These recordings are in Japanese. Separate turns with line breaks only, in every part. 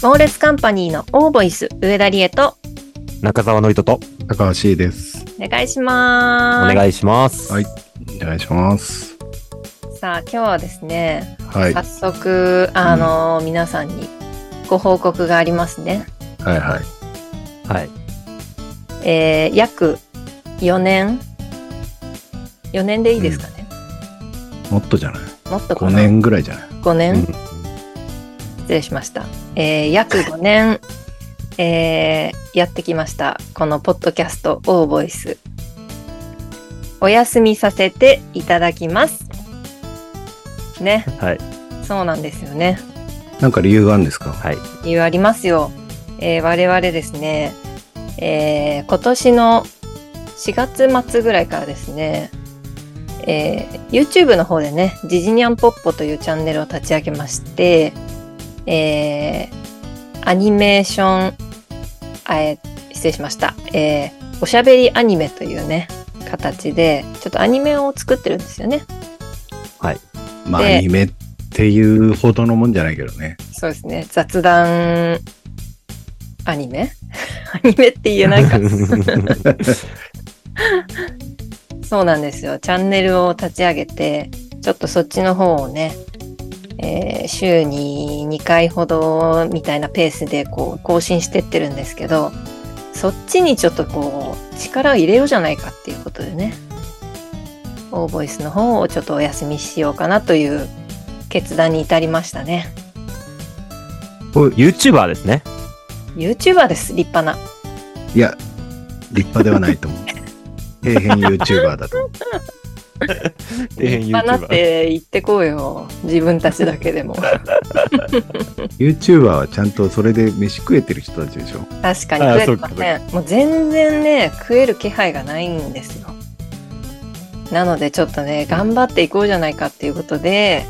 モーレスカンパニーのオーボイス上田理恵と
中澤のりとと
高橋です。
お願いします。
お願いします。
はい、お願いします。
さあ今日はですね、
はい、
早速皆さんにご報告がありますね。
はいはい
はい。
約4年でいいですかね、
もっとじゃない？
もっとかな。
5年ぐらいじゃない
？5年、失礼しました。約5年やってきましたこのポッドキャストオーボイス、お休みさせていただきますね。
はい。
そうなんですよね。
なんか理由があるんですか？
はい。
理由ありますよ。我々ですね、今年の4月末ぐらいからですね、YouTube の方でね、ジジニャンポッポというチャンネルを立ち上げまして、アニメーション、失礼しました、おしゃべりアニメというね形でちょっとアニメを作ってるんですよね。
はい。
まあアニメっていうほどのもんじゃないけどね。
そうですね、雑談アニメアニメって言えないかそうなんですよ。チャンネルを立ち上げてちょっとそっちの方をね、週に2回ほどみたいなペースでこう更新してってるんですけど、そっちにちょっとこう力を入れようじゃないかっていうことでね、オーボイスの方をちょっとお休みしようかなという決断に至りましたね。
YouTuber ですね。
YouTuber です。立派な。
いや、立派ではないと思う。底辺 YouTuber だと思う。
立派なって言ってこうよ、自分たちだけでも
YouTuber はちゃんとそれで飯食えてる人たちでしょ。
確かに食えてません。もう全然ね食える気配がないんですよ。なのでちょっとね頑張っていこうじゃないかっていうことで、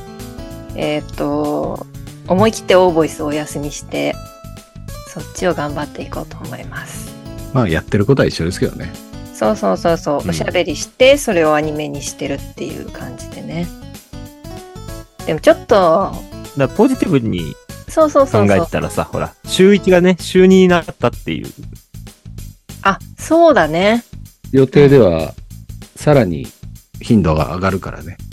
思い切ってオーボイスをお休みしてそっちを頑張っていこうと思います。
まあやってることは一緒ですけどね。
そう、おしゃべりしてそれをアニメにしてるっていう感じでね。でもちょっと
ポジティブに
考
えてたらさ、ほら週1がね週2になったっていう。
あ、そうだね。
予定ではさらに頻度が上がるからね。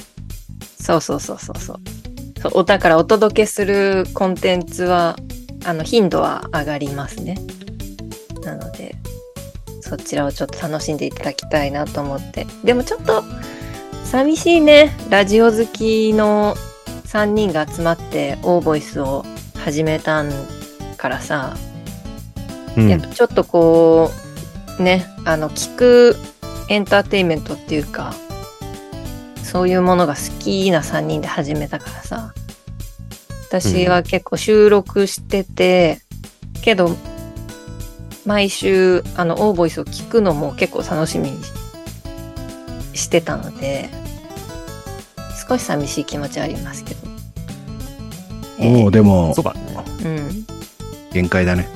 そうだからお届けするコンテンツは頻度は上がりますね。なのでそちらをちょっと楽しんでいただきたいなと思って。でもちょっと寂しいね。ラジオ好きの3人が集まってオーボイスを始めたんからさ、やっぱちょっとこうね、聞くエンターテインメントっていうかそういうものが好きな3人で始めたからさ、私は結構収録してて、けど毎週オーボイスを聞くのも結構楽しみにしてたので少し寂しい気持ちはありますけど、
もうでも
そうかね、
限界だね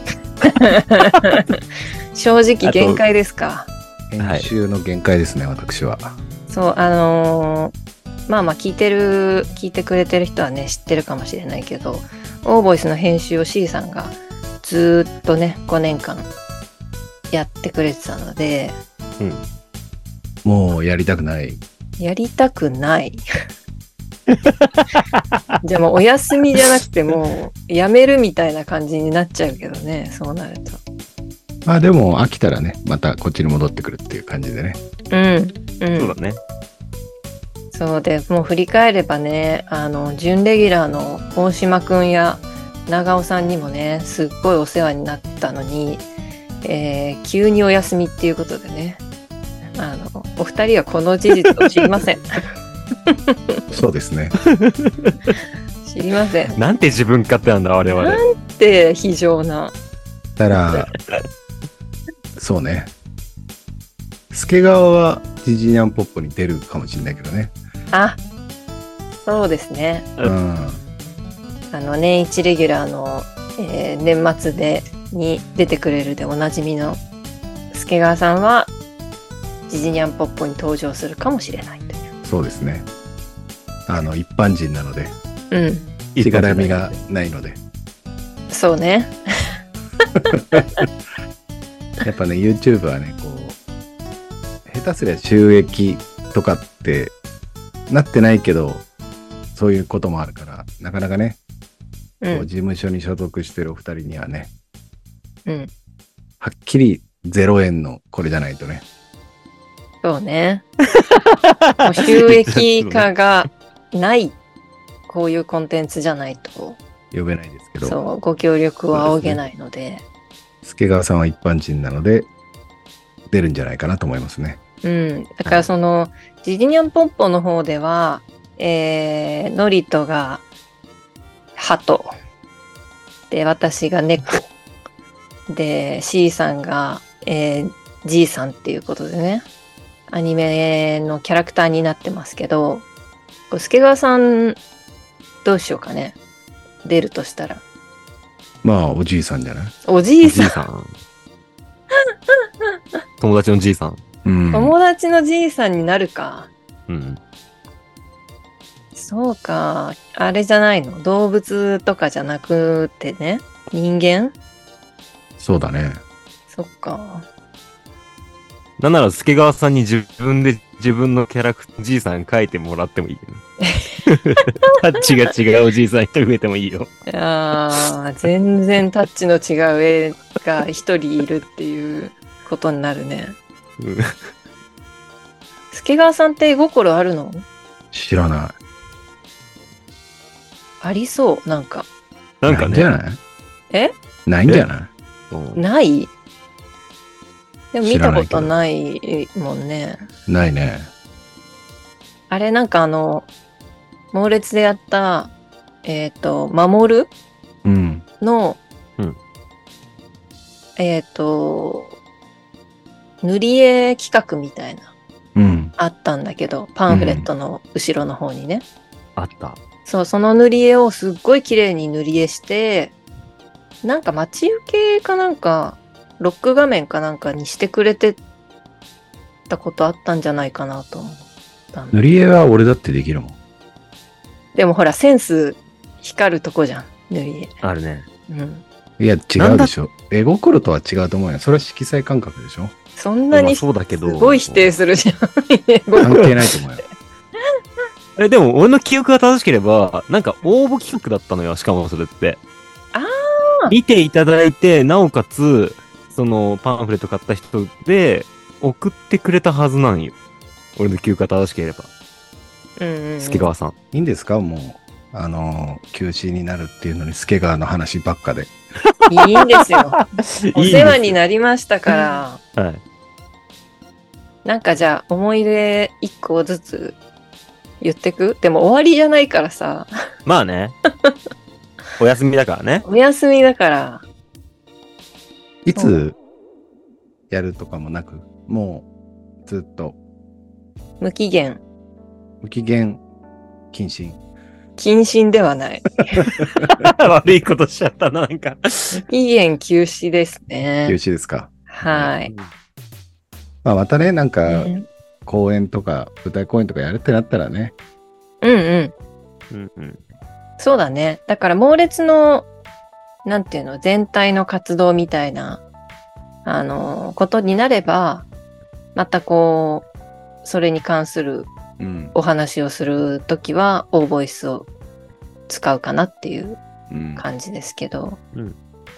正直限界ですか。
編集の限界ですね、私は。
そうまあ聞いてくれてる人はね知ってるかもしれないけど、オーボイスの編集を C さんがずっとね5年間やってくれてたので、
もうやりたくない。
やりたくないじゃあもうお休みじゃなくてもうやめるみたいな感じになっちゃうけどね、そうなると。
まあでも飽きたらねまたこっちに戻ってくるっていう感じでね。
そうだね。
そうで、もう振り返ればね、準レギュラーの大島くんや長尾さんにもねすっごいお世話になったのに、急にお休みっていうことでね、お二人はこの事実を知りません
そうですね
知りません。
なんて自分勝手なんだ我々。
なんて非情な。
だからそうね、助川はジジニャンポッポに出るかもしれないけどね。
あ、そうですね。年一レギュラーの、年末に出てくれるでおなじみの助川さんはジジニャンポッポに登場するかもしれないという。
そうですね。一般人なので、
うん。
しがらみがないので。
そうね。
やっぱね、YouTube はね、こう、下手すりゃ収益とかってなってないけど、そういうこともあるから、なかなかね、
う。
こうん事務所に所属してるお二人にはね、
うん。
はっきり0円のこれじゃないとね、
そうね。もう収益化がないこういうコンテンツじゃないと、
呼べないですけど、
そう、ご協力は仰げないので、
助川さんは一般人なので、出るんじゃないかなと思いますね。
うん。だからその、ジジニャンポッポの方では、ノリトが鳩。で、私が猫。で、C さんが、G さんっていうことでね、アニメのキャラクターになってますけど、助川さん、どうしようかね。出るとしたら。
まあ、おじいさんじゃない？
おじい
おじ
さん。
いさん。友達のじいさん。
うん。
友達のじいさんになるか。
うん。
そうか。あれじゃないの。動物とかじゃなくてね。人間。
そうだね。
そっか。
なんなら、助川さんに自分で自分のキャラクター、じいさん描いてもらってもいいよね。タッチが違うおじいさん一人増えてもいいよ。
いやー、全然タッチの違う絵が一人いるっていうことになるね。
うん
助川さんって絵心あるの？
知らない。
ありそう、なんか。
なんかね。
ないんじゃない？
え？
ないんじゃない？
うん
ないでも見たこと
知ら
ないもんね。
ないね。
あれなんか猛烈でやった、守る
うん。
の、
うん
塗り絵企画みたいな、
うん。
あったんだけど、パンフレットの後ろの方にね。
あった。
そう、その塗り絵をすっごい綺麗に塗り絵して、なんか待ち受けかなんか、ロック画面かなんかにしてくれてたことあったんじゃないかなと思ったんだ。
塗り絵は俺だってできるもん。
でもほら、センス光るとこじゃん、塗り絵。
あるね。
うん。
いや、違うでしょ。絵心とは違うと思うよ。それは色彩感覚でしょ。
そんな
まあ
にす
そうだけど。
ごい否定するじゃん。
関係ないと思うよ。
でも、俺の記憶が正しければ、なんか応募企画だったのよ、しかもそれって。
あ
見ていただいて、なおかつ、そのパンフレット買った人で、送ってくれたはずなんよ。俺の記憶が正しければ。
うんうんうん。
助川さん。
いいんですか？もう、休止になるっていうのに、助川の話ばっかで。
いいんですよ。お世話に
る。
なりましたから。
はい。
なんかじゃあ思い出一個ずつ言ってく？でも終わりじゃないからさ。
まあね。お休みだからね。
お休みだから。
いつやるとかもなく、もうずっと
無期限。
無期限謹慎。
謹慎ではない。
悪いことしちゃったな、なんか。
無期限休止です
休
ね。
止ですか？
はい。
まあ、またね、なんか、
うん
公演とか、舞台公演とかやるってなったらね。
うん。
うんうん。
そうだね。だから猛烈の、なんていうの、全体の活動みたいな、ことになれば、またこう、それに関する
うん。
お話をするときは、オーボイスを使うかなっていう
うん。
感じですけど、
うん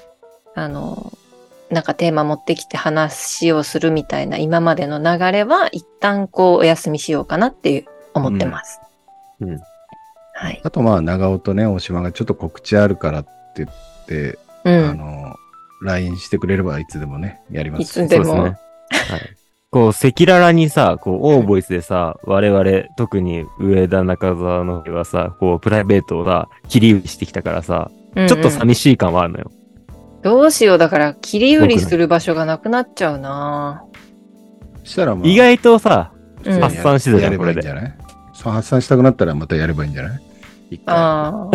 なんかテーマ持ってきて話をするみたいな今までの流れは一旦こうお休みしようかなっていう思ってます。
うん
はい。
あとまあ、長尾とね、大島がちょっと告知あるからって言って、
うん。
LINE してくれればいつでもね、やります。
いつでも
そうですね。はい。こう、赤裸々にさ、こう、オーボイスでさ、我々、特に上田中澤の方はさ、こう、プライベートをさ、切り売りしてきたからさ、
うんうん
ちょっと寂しい感はあるのよ。
どうしよう。だから切り売りする場所がなくなっちゃうな。
したらまあ、
意外とさ、
うん
発散してたじゃん
やればいいんじゃない？そう、発散したくなったらまたやればいいんじゃない？一回。
ああ。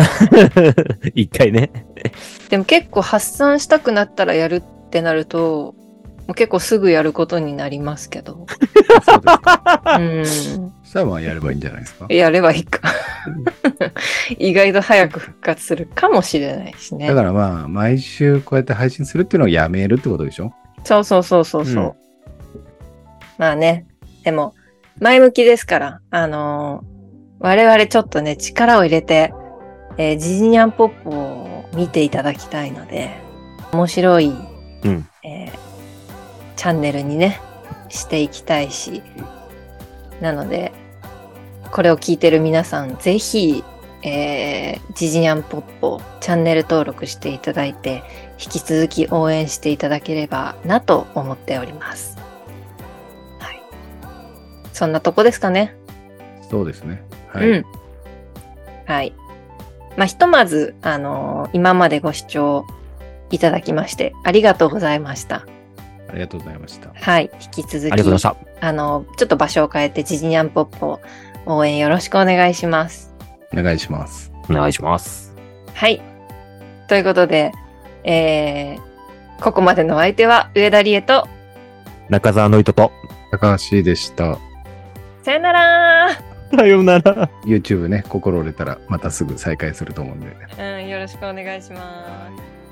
一回ね。
でも結構発散したくなったらやるってなると、 もう結構すぐやることになりますけど。
あそうですか。
うん。
そしたらまあやればいいんじゃないですか。
やればいいか。意外と早く復活するかもしれないしね。
だからまあ、毎週こうやって配信するっていうのをやめるってことでしょ？
そうそうそうそうそう。
うん
まあね。でも、前向きですから、我々ちょっとね、力を入れて、ジジニャンポップを見ていただきたいので、面白い、
うん
チャンネルにね、していきたいし、なので、これを聞いてる皆さん、ぜひ、ジジニャンポップをチャンネル登録していただいて、引き続き応援していただければなと思っております。はい。そんなとこですかね。
そうですね。はい。
うん。はい。まあ、ひとまず、今までご視聴いただきまして、ありがとうございました。
ありがとうございました。
はい。引き続き、
ありがとうございました。
ちょっと場所を変えて、ジジニャンポップを応援よろしくお願いします。
お願いします。
お願いします。
はい。ということで、ここまでのお相手は上田理恵と、
中澤の糸と、
高橋でした。
さよなら
さようなら。
YouTube ね、心折れたらまたすぐ再開すると思うんで。
ー。よろしくお願いします。